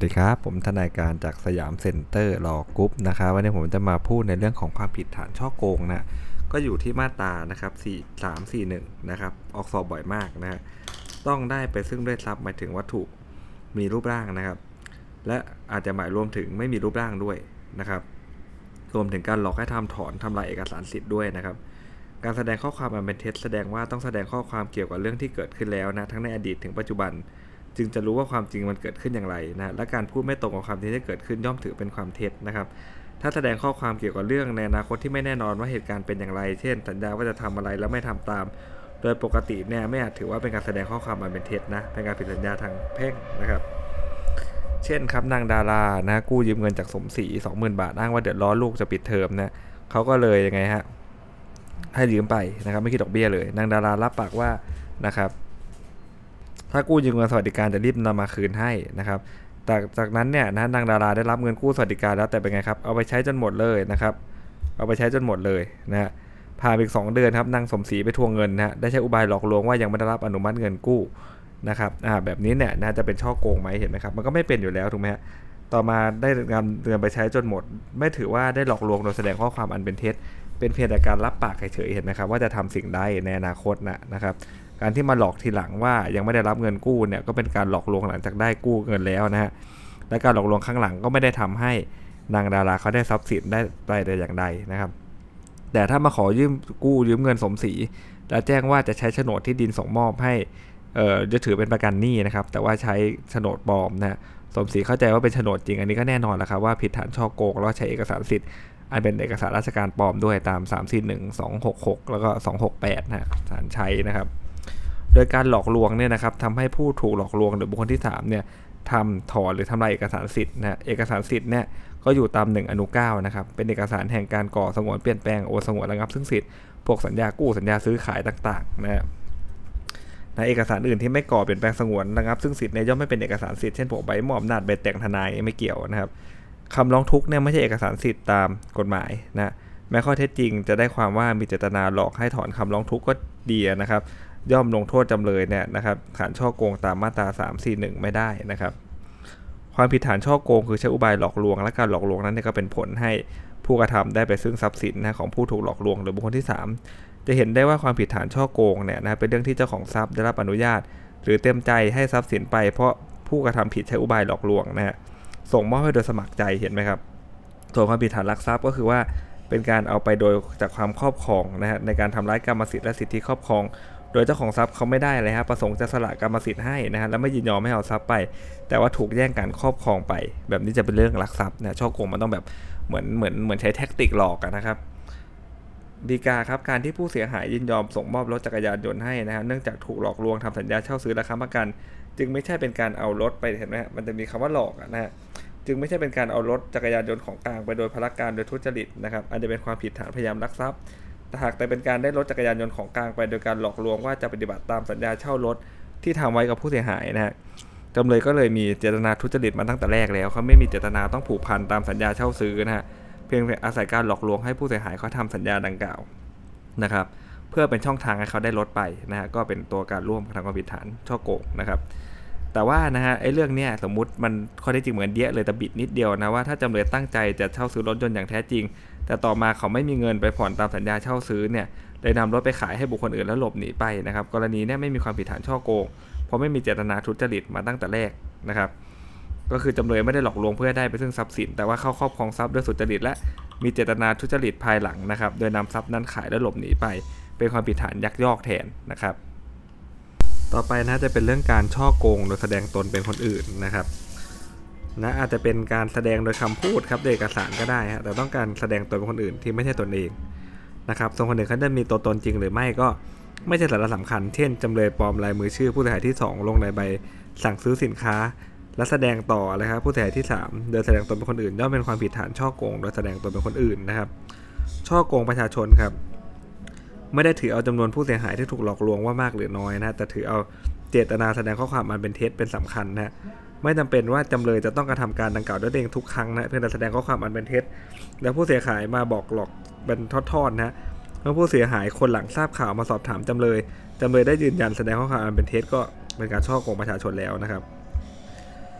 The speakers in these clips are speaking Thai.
ดีครับผมทนายการจากสยามเซ็นเตอร์ลอกรุ๊ปนะครับวันนี้ผมจะมาพูดในเรื่องของความผิดฐานฉ้อโกงนะก็อยู่ที่มาตรานะครับ4341นะครับออกสอบบ่อยมากนะฮะต้องได้ไปซึ่งด้วยทรัพย์หมายถึงวัตถุมีรูปร่างนะครับและอาจจะหมายรวมถึงไม่มีรูปร่างด้วยนะครับรวมถึงการหลอกให้ทำถอนทำลายเอกสารสิทธิ์ด้วยนะครับการแสดงข้อความอันเป็นเท็จแสดงว่าต้องแสดงข้อความเกี่ยวกับเรื่องที่เกิดขึ้นแล้วนะทั้งในอดีตถึงปัจจุบันจึงจะรู้ว่าความจริงมันเกิดขึ้นอย่างไรนะและการพูดไม่ตรงกับความจริงที่เกิดขึ้นย่อมถือเป็นความเท็จนะครับถ้าแสดงข้อความเกี่ยวกับเรื่องในอนาคตที่ไม่แน่นอนว่าเหตุการณ์เป็นอย่างไรเช่นสัญญาว่าจะทำอะไรแล้วไม่ทำตามโดยปกติเนี่ยไม่อาจถือว่าเป็นการแสดงข้อความอันเป็นเท็จนะเป็นการผิดสัญญาทางแพ่งนะครับเช่นครับนางดารานะกู้ยืมเงินจากสมศรี 20,000 บาทอ้างว่าเดือดร้อนลูกจะปิดเทอมนะเขาก็เลยยังไงฮะให้ยืมไปนะครับไม่คิดดอกเบี้ยเลยนางดารารับปากว่านะครับถ้ากู้ยืมเงินสวัสดิการจะรีบนำมาคืนให้นะครับจากนั้นเนี่ยนะนางดาราได้รับเงินกู้สวัสดิการแล้วแต่เป็นไงครับเอาไปใช้จนหมดเลยนะครับเอาไปใช้จนหมดเลยนะฮะผ่านอีก2 เดือนครับนางสมศรีไปทวงเงินนะได้ใช้อุบายหลอกลวงว่ายังไม่ได้รับอนุมัติเงินกู้นะครับแบบนี้เนี่ยน่าจะเป็นช่อโกงไหมเห็นไหมครับมันก็ไม่เป็นอยู่แล้วถูกไหมฮะต่อมาได้เงินไปใช้จนหมดไม่ถือว่าได้หลอกลวงโดยแสดงข้อความอันเป็นเท็จเป็นเพียงแต่การรับปากเฉยๆเห็นไหมครับว่าจะทำสิ่งใดในอนาคตนะครับการที่มาหลอกทีหลังว่ายังไม่ได้รับเงินกู้เนี่ยก็เป็นการหลอกลวงหลังจากได้กู้เงินแล้วนะฮะและการหลอกลวงข้างหลังก็ไม่ได้ทำให้นางดาราเขาได้ทรัพย์สินได้ไปแต่อย่างใดนะครับแต่ถ้ามาขอยืมเงินสมศรีแล้วแจ้งว่าจะใช้โฉนดที่ดินส่งมอบให้จะถือเป็นประกันหนี้นะครับแต่ว่าใช้โฉนดปลอมนะสมศรีเข้าใจว่าเป็นโฉนดจริงอันนี้ก็แน่นอนแล้วครับว่าผิดฐานช่อโกงแล้วใช้เอกสารสิทธิ์อันเป็นเอกสารราชการปลอมด้วยตาม341 266แล้วก็268นะฐานใช้นะครับโดยการหลอกลวงเนี่ยนะครับทำให้ผู้ถูกหลอกลวงหรือบุคคลที่3เนี่ยทำถอนหรือทำลายเอกสารสิทธิ์นะเอกสารสิทธิ์เนี่ยก็อยู่ตาม1 อนุ 9นะครับเป็นเอกสารแห่งการก่อสงวนเปลี่ยนแปลงโอนสงวนระงับซึ่งสิทธิ์พวกสัญญากู้สัญญาซื้อขายต่างๆนะเอกสารอื่นที่ไม่ก่อเปลี่ยนแปลงสงวนระงับซึ่งสิทธิ์เนี่ยย่อมไม่เป็นเอกสารสิทธิ์เช่นพวกใบมอบอำนาจใบแต่งทนายไม่เกี่ยวนะครับคำร้องทุกข์เนี่ยไม่ใช่เอกสารสิทธิ์ตามกฎหมายนะแม้ข้อเท็จจริงจะได้ความว่ามีเจตนาหลอกให้ถอนคำร้องทุกข์ก็ดีนะครับย่อมลงโทษจำเลยเนี่ยนะครับฐานช่อโกงตามมาตรา341ไม่ได้นะครับความผิดฐานช่อโกงคือใช้อุบายหลอกลวงและการหลอกลวงนั้นก็เป็นผลให้ผู้กระทำได้ไปซึ่งทรัพย์สินนะของผู้ถูกหลอกลวงหรือบุคคลที่3จะเห็นได้ว่าความผิดฐานช่อโกงเนี่ยนะเป็นเรื่องที่เจ้าของทรัพย์ได้รับอนุญาตหรือเต็มใจให้ทรัพย์สินไปเพราะผู้กระทำผิดใช้อุบายหลอกลวงนะฮะส่งมอบให้โดยสมัครใจเห็นไหมครับส่วนความผิดฐานลักทรัพย์ก็คือว่าเป็นการเอาไปโดยจากความครอบครองนะฮะในการทำร้ายกรรมสิทธิ์และสิทธิครอบครองโดยเจ้าของทรัพย์เขาไม่ได้เลยฮะประสงค์จะสละกรรมสิทธิ์ให้นะฮะแล้วไม่ยินยอมให้เอาทรัพย์ไปแต่ว่าถูกแย่งการครอบครองไปแบบนี้จะเป็นเรื่องลักทรัพย์นะช่อโกงมันต้องแบบเหมือนใช้แท็กติกหลอกนะครับฎีกาครับการที่ผู้เสียหายยินยอมส่งมอบรถจักรยานยนต์ให้นะฮะเนื่องจากถูกหลอกลวงทำสัญญาเช่าซื้อและค้ำประกันจึงไม่ใช่เป็นการเอารถไปเห็นไหมมันจะมีคำว่าหลอกนะฮะจึงไม่ใช่เป็นการเอารถจักรยานยนต์ของกลางไปโดยพลการโดยทุจริตนะครับอาจจะเป็นความผิดฐานพยายามลักทรัพย์แต่หากแต่เป็นการได้รถจักรยานยนต์ของกลางไปโดยการหลอกลวงว่าจะปฏิบัติตามสัญญาเช่ารถที่ทำไว้กับผู้เสียหายนะฮะจำเลยก็เลยมีเจตนาทุจริตมาตั้งแต่แรกแล้วเขาไม่มีเจตนาต้องผูกพันตามสัญญาเช่าซื้อนะฮะเพียงอาศัยการหลอกลวงให้ผู้เสียหายเขาทำสัญญาดังกล่าวนะครับเพื่อเป็นช่องทางให้เขาได้ลดไปนะฮะก็เป็นตัวการร่วมทำความผิดฐานช่อโกงนะครับแต่ว่านะฮะไอ้เรื่องเนี้ยสมมุติมันข้อเท็จจริงเหมือนเดียเลยแต่บิดนิดเดียวนะว่าถ้าจำเลยตั้งใจจะเช่าซื้อรถยนต์อย่างแท้จริงแต่ต่อมาเขาไม่มีเงินไปผ่อนตามสัญญาเช่าซื้อเนี่ยเลยนำรถไปขายให้บุคคลอื่นแล้วหลบหนีไปนะครับกรณีนี้ไม่มีความผิดฐานช่อโกงเพราะไม่มีเจตนาทุจริตมาตั้งแต่แรกนะครับก็คือจำเลยไม่ได้หลอกลวงเพื่อได้ไปซึ่งทรัพย์สินแต่ว่าเข้าครอบครองทรัพย์ด้วยสุจริตและมีเจตนาทุจริตภายหลังนะครับโดยนำทรัพย์นั้นขายและหลบหนีไปเป็นความผิดฐานยักยอกแทนนะครับต่อไปนะจะเป็นเรื่องการช่อโกงโดยแสดงตนเป็นคนอื่นนะครับนะอาจจะเป็นการแสดงโดยคำพูดครับโดยเอกสารก็ได้ฮะแต่ต้องการแสดงตนเป็นคนอื่นที่ไม่ใช่ตนเองนะครับส่วนคนอื่นเขาจะมีตัวตนจริงหรือไม่ก็ไม่ใช่สาระสำคัญเช่นจำเลยปลอมลายมือชื่อผู้เสียหายที่2ลงในใบสั่งซื้อสินค้าและแสดงต่อเลยครับผู้เสียหายที่3โดยแสดงตนเป็นคนอื่นย่อมเป็นความผิดฐานช่อโกงโดยแสดงตนเป็นคนอื่นนะครับช่อโกงประชาชนครับไม่ได้ถือเอาจำนวนผู้เสียหายที่ถูกหลอกลวงว่ามากหรือน้อยนะแต่ถือเอาเจตนาแสดงข้อความอันเป็นเท็จเป็นสำคัญนะไม่จำเป็นว่าจำเลยจะต้องกระทำการดังกล่าวด้วยเองทุกครั้งนะเพื่อแสดงข้อความอันเป็นเท็จแล้วผู้เสียหายมาบอกหลอกเป็นทอดๆนะเมื่อผู้เสียหายคนหลังทราบข่าวมาสอบถามจำเลยได้ยืนยันแสดงข้อความอันเป็นเท็จก็เป็นการช่อโกงประชาชนแล้วนะครับ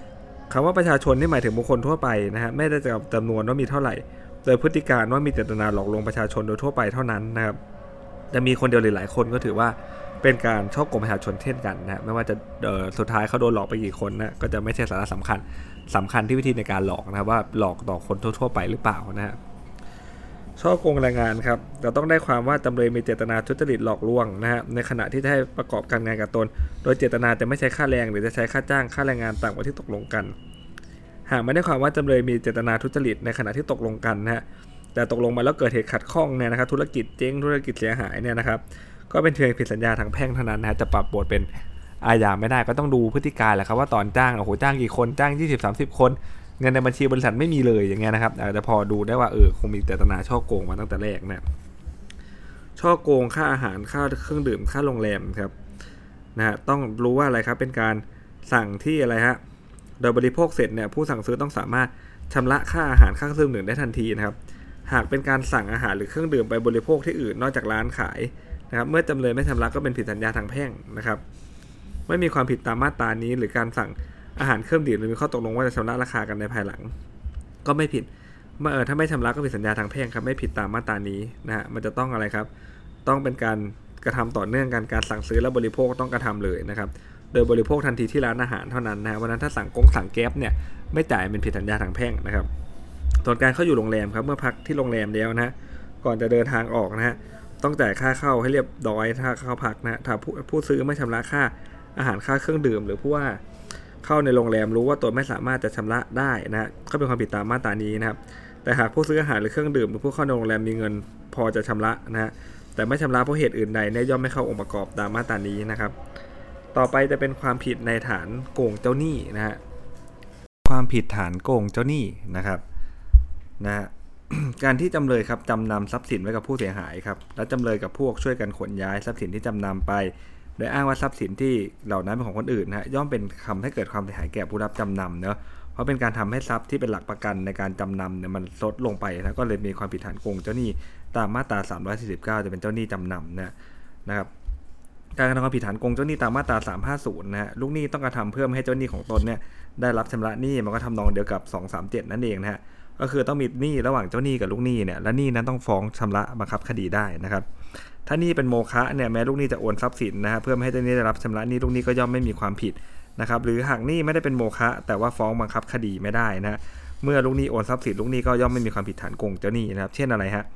คำว่าประชาชนนี่หมายถึงบุคคลทั่วไปนะฮะไม่ได้จำนวนว่ามีเท่าไหร่โดยพฤติการว่ามีเจตนาหลอกลวงประชาชนโดยทั่วไปเท่านั้นนะครับจะมีคนเดียวหรือหลายคนก็ถือว่าเป็นการฉ้อโกงประชาชนเช่นกันนะไม่ว่าจะสุดท้ายเขาโดนหลอกไปกี่คนนะก็จะไม่ใช่สาระสำคัญที่วิธีในการหลอกนะว่าหลอกต่อคนทั่วไปหรือเปล่านะฮะฉ้อโกงแรงงานครับเราต้องได้ความว่าจำเลยมีเจตนาทุจริตหลอกลวงนะฮะในขณะที่ได้ประกอบการงานกับตนโดยเจตนาจะไม่ใช้ค่าแรงหรือจะใช้ค่าจ้างค่าแรงงานต่ำกว่าที่ตกลงกันหากไม่ได้ความว่าจำเลยมีเจตนาทุจริตในขณะที่ตกลงกันนะฮะแต่ตกลงมาแล้วเกิดเหตุขัดข้องเนี่ยนะครับธุรกิจเจ๊งธุรกิจเสียหายเนี่ยนะครับก็เป็นเพียงผิดสัญญาทางแพ่งเท่านั้นนะจะปรับบทเป็นอาญาไม่ได้ก็ต้องดูพฤติการแหละครับว่าตอนจ้างโอ้โหจ้างกี่คนจ้าง 20-30 คนเงินในบัญชีบริษัทไม่มีเลยอย่างเงี้ยนะครับอาจจะพอดูได้ว่าคงมีเจตนาฉ้อโกงมาตั้งแต่แรกนะฉ้อโกงค่าอาหารค่าเครื่องดื่มค่าโรงแรมครับนะฮะต้องรู้ว่าอะไรครับเป็นการสั่งที่อะไรฮะโดยบริโภคเสร็จเนี่ยผู้สั่งซื้อต้องสามารถชำระค่าอาหารค่าเครื่องดื่มได้ทันทีนะครับหากเป็นการสั่งอาหารหรือเครื่องดื่มไปบริโภคที่อื่นนอกจากร้านขายนะครับเมื่อจำเลยไม่ชำระก็เป็นผิดสัญญาทางแพ่งนะครับไม่มีความผิดตามมาตรานี้หรือการสั่งอาหารเครื่องดื่มหรือมีข้อตกลงว่าจะชำระราคากันในภายหลังก็ไม่ผิดถ้าไม่ชำระก็ผิดสัญญาทางแพ่งครับไม่ผิดตามมาตรานี้นะฮะมันจะต้องอะไรครับต้องเป็นการกระทำต่อเนื่องกันการสั่งซื้อและบริโภคต้องกระทำเลยนะครับโดยบริโภคทันทีที่ร้านอาหารเท่านั้นนะวันนั้นถ้าสั่งแก๊ปเนี่ยไม่จ่ายเป็นผิดสัญญาทางแพ่งนะครับส่วนการเข้าอยู่โรงแรมครับเมื่อพักที่โรงแรมแล้วนะก่อนจะเดินทางออกนะฮะต้องจ่ายค่าเข้าให้เรียบร้อยถ้าเข้าพักนะถ้าผู้ซื้อไม่ชำระค่าอาหารค่าเครื่องดื่มหรือผู้ว่าเข้าในโรงแรมรู้ว่าตนไม่สามารถจะชำระได้นะก็เป็นความผิดตามมาตรานี้นะครับแต่หากผู้ซื้ออาหารหรือเครื่องดื่มหรือผู้เข้าในโรงแรมมีเงินพอจะชำระนะฮะแต่ไม่ชำระเพราะเหตุอื่นใดเนี่ยย่อมไม่เข้าองค์ประกอบตามมาตรานี้นะครับต่อไปจะเป็นความผิดในฐานโกงเจ้าหนี้นะฮะความผิดฐานโกงเจ้าหนี้นะครับนะ การที่จำเลยครับจำนำทรัพย์สินไว้กับผู้เสียหายครับและจำเลยกับพวกช่วยกันขนย้ายทรัพย์สินที่จำนำไปโดยอ้างว่าทรัพย์สินที่เหล่านั้นเป็นของคนอื่นนะย่อมเป็นคำให้เกิดความเสียหายแก่ผู้รับจำนำเนาะเพราะเป็นการทำให้ทรัพย์ที่เป็นหลักประกันในการจำนำเนี่ยมันลดลงไปนะก็เลยมีความผิดฐานโกงเจ้าหนี้ตามมาตรา349จะเป็นเจ้าหนี้จำนำนะครับการกระทำความผิดฐานโกงเจ้าหนี้ตามมาตรา350นะฮะลูกหนี้ต้องกระทำเพื่อให้เจ้าหนี้ของตนเนี่ยได้รับชำระหนี้มันก็ทำนองเดียวกับ237นั่นเองนะฮะก็คือต้องมีหนี้ระหว่างเจ้าหนี้กับลูกหนี้เนี่ยและหนี้นั้นต้องฟ้องชำระบังคับคดีได้นะครับถ้าหนี้เป็นโมฆะเนี่ยแม้ลูกหนี้จะโอนทรัพย์สินนะฮะเพื่อไม่ให้เจ้าหนี้ได้รับชำระหนี้ลูกหนี้ก็ย่อมไม่มีความผิดนะครับหรือหากหนี้ไม่ได้เป็นโมฆะแต่ว่าฟ้องบังคับคดีไม่ได้นะเมื่อลูกหนี้โอนทรัพย์สินลูกหนี้ก็ย่อมไม่มีความผิดฐานโกงเจ้าหนี้นะครับเช่นอะไรฮะ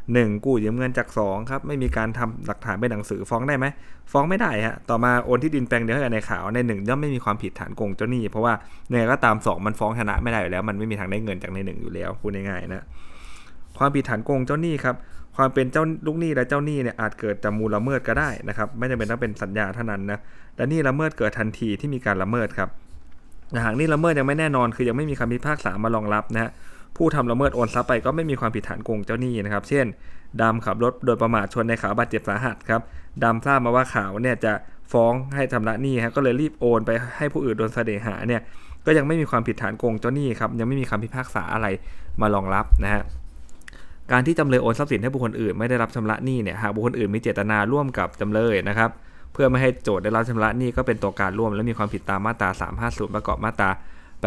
1กู้ยืมเงินจาก2ครับไม่มีการทำหลักฐานเป็นหนังสือฟ้องได้ไหมฟ้องไม่ได้ฮะต่อมาโอนที่ดินแปลงเดียวให้ในข่าวใน1ย่อมไม่มีความผิดฐานโกงเจ้าหนี้เพราะว่าเนี่ยก็ตาม2มันฟ้องชนะไม่ได้อยู่แล้วมันไม่มีทางได้เงินจากใน1อยู่แล้วพูดง่ายๆนะความผิดฐานโกงเจ้าหนี้ครับความเป็นเจ้าลูกหนี้และเจ้าหนี้เนี่ยอาจเกิดจากมูลละเมิดก็ได้นะครับไม่จำเป็นต้องเป็นสัญญาเท่านั้นนะและนี่ละเมิดเกิดทันทีที่มีการละเมิดครับหากนี่ละเมิดยังไม่แน่นอนคือยังไม่มีคำพิพากษามารองรับนะฮะผู้ทำละเมิดโอนทรัพย์ไปก็ไม่มีความผิดฐานโกงเจ้าหนี้นะครับเช่นดำขับรถโดยประมาทชนในขาวบาดเจ็บสาหัสครับดำทราบมาว่าขาวเนี่ยจะฟ้องให้ชำระหนี้ฮะก็เลยรีบโอนไปให้ผู้อื่นโดนเสน่หาเนี่ยก็ยังไม่มีความผิดฐานโกงเจ้าหนี้ครับยังไม่มีคำพิพากษาอะไรมารองรับนะฮะการที่จำเลยโอนทรัพย์สินให้บุคคลอื่นไม่ได้รับชำระหนี้เนี่ยหากบุคคลอื่นมีเจตนาร่วมกับจำเลยนะครับเพื่อไม่ให้โจทย์ได้รับชำระหนี้ก็เป็นตัวการร่วมและมีความผิดตามมาตรา350ประกอบมาตรา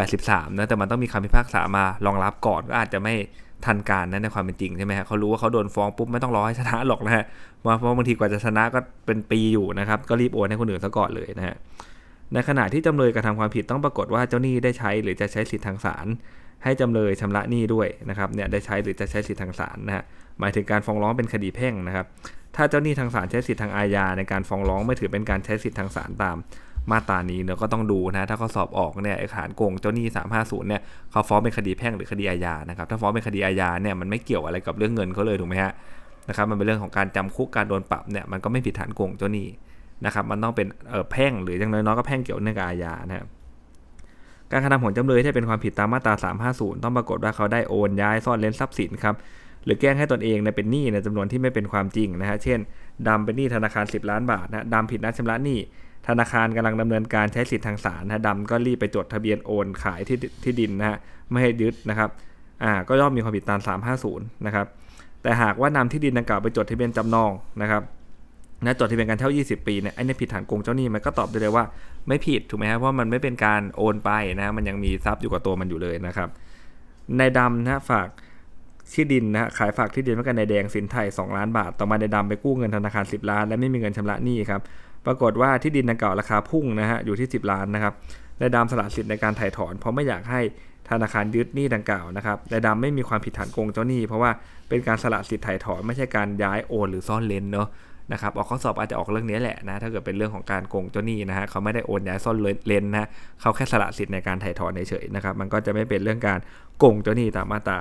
83นะแต่มันต้องมีคำพิพากษามารองรับก่อนก็อาจจะไม่ทันการนะในความเป็นจริงใช่ไหมฮะเขารู้ว่าเขาโดนฟ้องปุ๊บไม่ต้องรอให้ชนะหรอกนะฮะเพราะบางทีกว่าจะชนะก็เป็นปีอยู่นะครับก็รีบโอนให้คนอื่นซะก่อนเลยนะฮะในขณะที่จำเลยกระทำความผิดต้องปรากฏว่าเจ้าหนี้ได้ใช้หรือจะใช้สิทธิทางศาลให้จำเลยชำระหนี้ด้วยนะครับเนี่ยได้ใช้หรือจะใช้สิทธิทางศาลนะฮะหมายถึงการฟ้องร้องเป็นคดีแพ่งนะครับถ้าเจ้าหนี้ทางศาลใช้สิทธิทางอาญาในการฟ้องร้องไม่ถือเป็นการใช้สิทธิทางศาลตามมาตรานี้เราก็ต้องดูนะถ้าเขาสอบออกเนี่ยฐานโกงเจ้าหนี้350เนี่ยเขาฟ้องเป็นคดีแพ่งหรือคดีอาญานะครับถ้าฟ้องเป็นคดีอาญาเนี่ยมันไม่เกี่ยวอะไรกับเรื่องเงินเขาเลยถูกไหมฮะนะครับมันเป็นเรื่องของการจำคุกการโดนปรับเนี่ยมันก็ไม่ผิดฐานโกงเจ้าหนี้นะครับมันต้องเป็นแพ่งหรืออย่างน้อยๆก็แพ่งเกี่ยวเนื่องกับอาญานะครับการกระทำของจำเลยที่เป็นความผิดตามมาตรา350ต้องปรากฏว่าเขาได้โอนย้ายซ่อนเร้นทรัพย์สินครับหรือแกล้งให้ตนเองเป็นหนี้ในจำนวนที่ไม่เป็นความจริงนะฮะเช่นดำเป็นหนี้ธนาคาร10 ล้านบาทนะดำผิดนัดชำระหนี้ธนาคารกำลังดำเนินการใช้สิทธิทางศาลนะดำก็รีบไปจดทะเบียนโอนขายที่ดินนะฮะไม่ให้ยึดนะครับก็ย่อมมีความผิดตาม350นะครับแต่หากว่านำที่ดินดังกล่าวไปจดทะเบียนจำนองนะครับนะจดทะเบียนการเช่า20 ปีเนี่ยไอ้นี่ผิดฐานโกงเจ้าหนี้มันก็ตอบได้เลยว่าไม่ผิดถูกไหมครับเพราะมันไม่เป็นการโอนไปนะมันยังมีทรัพย์อยู่กับตัวมันอยู่เลยนะครับนายดำนะฝากที่ดินนะขายฝากที่ดินไว้กับนายแดงสินไทย2 ล้านบาทต่อมานายดำไปกู้เงินธนาคาร10 ล้านและไม่มีเงินชำระหนี้ครับปรากฏว่าที่ดินดังกล่าวราคาพุ่งนะฮะอยู่ที่10 ล้านนะครับนายดำสละสิทธิ์ในการถ่ายถอนเพราะไม่อยากให้ธนาคารยึดหนี้ดังกล่าวนะครับนายดำไม่มีความผิดฐานโกงเจ้าหนี้เพราะว่าเป็นการสละสิทธิ์ถ่ายถอนไม่ใช่การย้ายโอนหรือซ่อนเร้นเนาะนะครับออกข้อสอบอาจจะออกเรื่องนี้แหละนะถ้าเกิดเป็นเรื่องของการโกงเจ้าหนี้นะฮะเขาไม่ได้โอนย้ายซ่อนเร้นนะเขาแค่สละสิทธิ์ในการถ่ายถอนเฉยๆนะครับมันก็จะไม่เป็นเรื่องการโกงเจ้าหนี้ตามมาตรา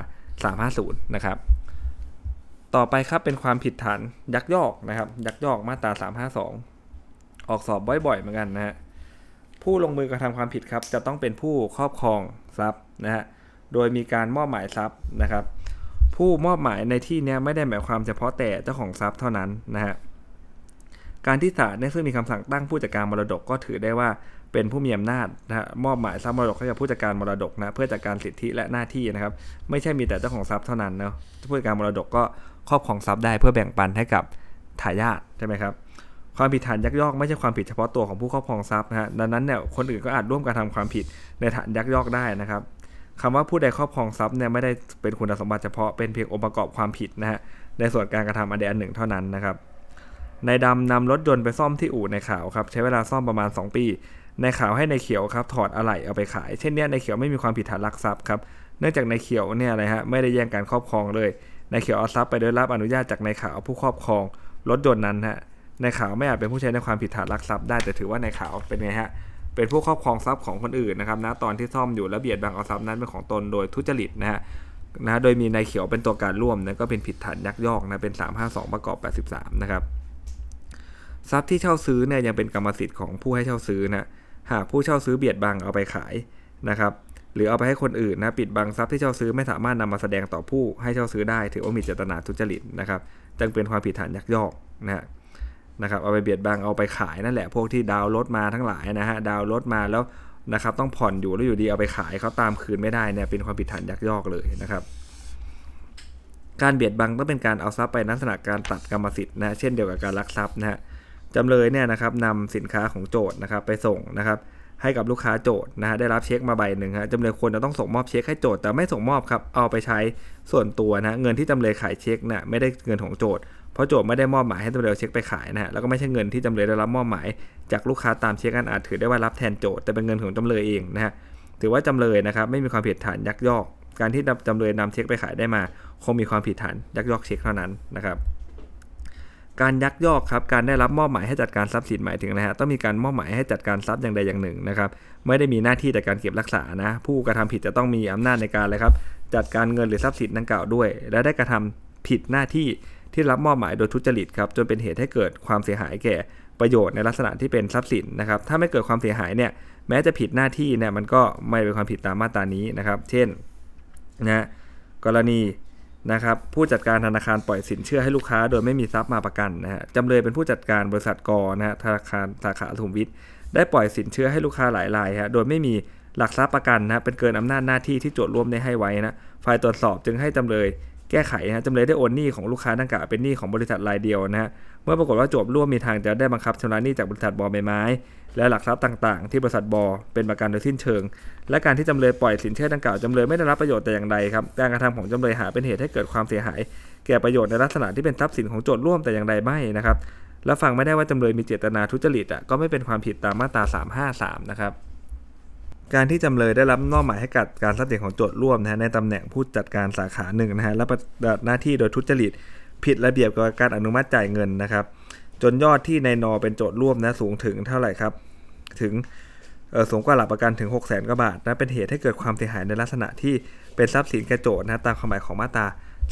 350นะครับต่อไปครับเป็นความผิดฐานยักยอกนะครับยักยอกมาตรา352ออกสอบบ่อยๆเหมือนกันนะฮะผู้ลงมือกระทำความผิดครับจะต้องเป็นผู้ครอบครองทรัพย์นะฮะโดยมีการมอบหมายทรัพย์นะครับผู้มอบหมายในที่นี้ไม่ได้หมายความเฉพาะแต่เจ้าของทรัพย์เท่านั้นนะฮะการที่ศาลซึ่งมีคำสั่งตั้งผู้จัดการมรดกก็ถือได้ว่าเป็นผู้มีอำนาจนะฮะมอบหมายทรัพย์มรดกให้กับผู้จัดการมรดกนะเพื่อจัดการสิทธิและหน้าที่นะครับไม่ใช่มีแต่เจ้าของทรัพย์เท่านั้นนะผู้จัดการมรดกก็ครอบครองทรัพย์ได้เพื่อแบ่งปันให้กับทายาทใช่ไหมครับความผิดฐานยักยอกไม่ใช่ความผิดเฉพาะตัวของผู้ครอบครองทรัพย์นะฮะดังนั้นเนี่ยคนอื่นก็อาจร่วมการทำความผิดในฐานยักยอกได้นะครับคำว่าผู้ใดครอบครองทรัพย์เนี่ยไม่ได้เป็นคุณสมบัติเฉพาะเป็นเพียงองค์ประกอบความผิดนะฮะในส่วนการกระทำอันใดอันหนึ่งเท่านั้นนะครับนายดำนำรถยนต์ไปซ่อมที่อู่ในข่าวครับใช้เวลาซ่อมประมาณ2 ปีในข่าวให้ในเขียวครับถอดอะไหล่เอาไปขายเช่นนี้ในเขียวไม่มีความผิดฐานลักทรัพย์ครับเนื่องจากในเขียวเนี่ยอะไรฮะไม่ได้แย่งการครอบครองเลยในเขียวเอาทรัพย์ไปโดยรับอนุญาตจากในข่าวผู้ครอบครองรถยนต์นั้นฮะในข่าวไม่อาจเป็นผู้ใช้ในความผิดฐานลักทรัพย์ได้แต่ถือว่าในข่าวเป็นไงฮะเป็นผู้ครอบครองทรัพย์ของคนอื่นนะครับนะตอนที่ซ่อมอยู่และเบียดบังเอาทรัพย์นั้นเป็นของตนโดยทุจริตนะฮะโดยมีนายเขียวเป็นตัวการร่วมนะก็เป็นผิดฐานยักยอกนะเป็น352ประกอบ83นะครับทรัพย์ที่เช่าซื้อเนี่ยยังเป็นกรรมสิทธิ์ของผู้ให้เช่าซื้อนะหากผู้เช่าซื้อเบียดบังเอาไปขายนะครับหรือเอาไปให้คนอื่นนะปิดบังทรัพย์ที่เช่าซื้อไม่สามารถนำมาแสดงต่อผู้ให้เช่าซื้อได้ถือว่ามีเจตนาทุจริตนะครับจึงเป็นความผิดฐานยักยอกนะครับเอาไปเบียดบังเอาไปขายนั่นแหละพวกที่ดาวรถมาทั้งหลายนะฮะดาวรถมาแล้วนะครับต้องผ่อนอยู่แล้วอยู่ดีเอาไปขายเขาตามคืนไม่ได้เนี่ยเป็นความผิดฐานยักยอกเลยนะครับการเบียดบังต้องเป็นการเอาทรัพย์ไปลักษณะการตัดกรรมสิทธิ์นะเช่นเดียวกับการลักทรัพย์นะฮะจำเลยเนี่ยนะครับนำสินค้าของโจทก์นะครับไปส่งนะครับให้กับลูกค้าโจทก์นะฮะได้รับเช็คมาใบหนึ่งฮะจำเลยควรจะต้องส่งมอบเช็คให้โจทก์แต่ไม่ส่งมอบครับเอาไปใช้ส่วนตัวนะเงินที่จำเลยขายเช็คเนี่ยไม่ได้เงินของโจทก์เพราะโจทก์ไม่ได้มอบหมายให้จำเลยเช็คไปขายนะฮะแล้วก็ไม่ใช่เงินที่จำเลยได้รับมอบหมายจากลูกค้าตามเช็คอาจถือได้ว่ารับแทนโจทก์แต่เป็นเงินของจำเลยเองนะฮะถือว่าจำเลยนะครับไม่มีความผิดฐานยักยอกการที่จำเลยนำเช็คไปขายได้มาคงมีความผิดฐานยักยอกเช็คเท่านั้นนะครับการยักยอกครับการได้รับมอบหมายให้จัดการทรัพย์สินหมายถึงนะฮะต้องมีการมอบหมายให้จัดการทรัพย์อย่างใดอย่างหนึ่งนะครับไม่ได้มีหน้าที่แต่การเก็บรักษานะผู้กระทำผิดจะต้องมีอำนาจในการเลยครับจัดการเงินหรือทรัพย์สินดังกล่าวด้วยและได้กระทำผิดหน้าที่ที่รับมอบหมายโดยทุจริตครับจนเป็นเหตุให้เกิดความเสียหายแก่ประโยชน์ในลักษณะที่เป็นทรัพย์สินนะครับถ้าไม่เกิดความเสียหายเนี่ยแม้จะผิดหน้าที่เนี่ยมันก็ไม่เป็นความผิดตามมาตรานี้นะครับเช่นนะกรณีนะครับผู้จัดการธนาคารปล่อยสินเชื่อให้ลูกค้าโดยไม่มีทรัพย์มาประกันนะฮะจำเลยเป็นผู้จัดการบริษัทกนะฮะธนาคารสาขาสุขุมวิทได้ปล่อยสินเชื่อให้ลูกค้าหลายรายฮะโดยไม่มีหลักทรัพย์ประกันนะเป็นเกินอำนาจหน้าที่ที่โจทก์ร่วมได้ให้ไว้นะฝ่ายตรวจสอบจึงให้จำเลยแก้ไขนะจำเลยได้โอนหนี้ของลูกค้าดังกล่าวเป็นหนี้ของบริษัทรายเดียวนะฮะเมื่อปรากฏว่าโจทก์ร่วมมีทางจะได้บังคับชำระหนี้จากบริษัทบอใบไม้และหลักทรัพย์ต่างๆที่บริษัทบอเป็นประกันโดยสิ้นเชิงและการที่จำเลยปล่อยสินเชื่อดังกล่าวจำเลยไม่ได้รับประโยชน์แต่อย่างใดครับการกระทำของจำเลยหาเป็นเหตุให้เกิดความเสียหายแก่ประโยชน์ในลักษณะที่เป็นทรัพย์สินของโจทก์ร่วมแต่อย่างใดไม่นะครับและฟังไม่ได้ว่าจำเลยมีเจตนาทุจริตก็ไม่เป็นความผิดตามมาตรา353นะครับการที่จำเลยได้รับมอบหมายให้กับการทรัพย์สินของโจทก์ร่วมนะฮะในตำแหน่งผู้จัดการสาขาหนึ่งนะฮะและปฏิบัติหน้าที่โดยทุจริตผิดระเบียบกับการอนุมัติจ่ายเงินนะครับจนยอดที่ในนเป็นโจทก์ร่วมนะสูงถึงเท่าไหร่ครับถึงสูงกว่าหลักประกันถึง 600,000 กว่าบาทนะเป็นเหตุให้เกิดความเสียหายในลักษณะที่เป็นทรัพย์สินแก่โจทก์นะตามความหมายของมาตรา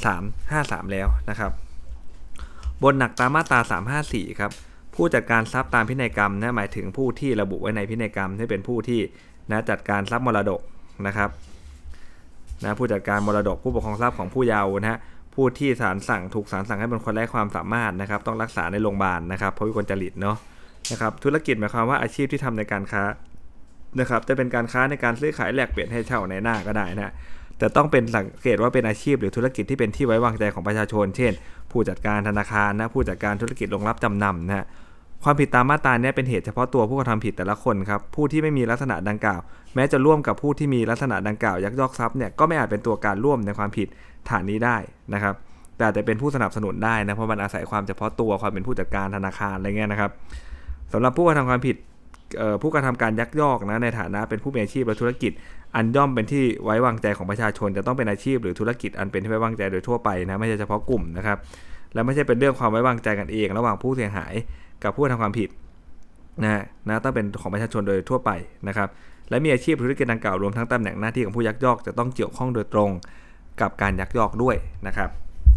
353แล้วนะครับบนหนักตามมาตรา354ครับผู้จัดการทรัพย์ตามพินัยกรรมนะหมายถึงผู้ที่ระบุไว้ในพินัยกรรมที่เป็นผู้ที่นะจัดการทรัพย์มรดกนะครับนะผู้จัดการมรดกผู้ปกครองทรัพย์ของผู้เยาว์นะฮะผู้ที่ศาลสั่งถูกศาลสั่งให้เป็นคนไร้ความสามารถนะครับต้องรักษาในโรงพยาบาลนะครับเพราะวิกลจริตเนาะนะครับธุรกิจหมายความว่าอาชีพที่ทำในการค้านะครับจะเป็นการค้าในการซื้อขายแลกเปลี่ยนให้เช่าในหน้าก็ได้นะแต่ต้องเป็นสังเกตว่าเป็นอาชีพหรือธุรกิจที่เป็นที่ไว้วางใจของประชาชนเช่นผู้จัดการธนาคารนะผู้จัดการธุรกิจโรงรับจำนำนะฮะความผิดตามมาตรานี้เป็นเหตุเฉพาะตัวผู้กระทำผิดแต่ละคนครับผู้ที่ไม่มีลักษณะดังกล่าวแม้จะร่วมกับผู้ที่มีลักษณะดังกล่าวยักยอกทรัพย์เนี่ยก็ไม่อาจเป็นตัวการร่วมในความผิดฐานนี้ได้นะครับแต่อาจจะเป็นผู้สนับสนุนได้นะเพราะมันอาศัยความเฉพาะตัวความเป็นผู้จัดการธนาคารอะไรเงี้ยนะครับสำหรับผู้กระทำความผิดผู้กระทำการยักยอกนะในฐานะเป็นผู้มีอาชีพและธุรกิจอันย่อมเป็นที่ไว้วางใจของประชาชนจะต้องเป็นอาชีพหรือธุรกิจอันเป็นที่ไว้วางใจโดยทั่วไปนะไม่ใช่เฉพาะกลุ่มนะครับและไม่ใช่เป็นเรื่องความไว้วางใจกันเองระหว่างผู้เสียหายกับผู้ทำความผิดนะต้องเป็นของประชาชนโดยทั่วไปนะครับและมีอาชีพธุรกิจดังกล่าวรวมทั้งตำแหน่งหน้าที่ของผู้ยักยอกจะต้องเกี่ยวข้องโดยตรงกับการยักยอกด้วยนะครับ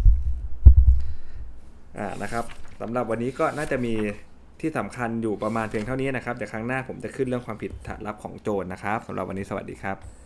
นะครับสำหรับวันนี้ก็น่าจะมีที่สำคัญอยู่ประมาณเพียงเท่านี้นะครับเดี๋ยวครั้งหน้าผมจะขึ้นเรื่องความผิดฐานลับของโจรนะครับสำหรับวันนี้สวัสดีครับ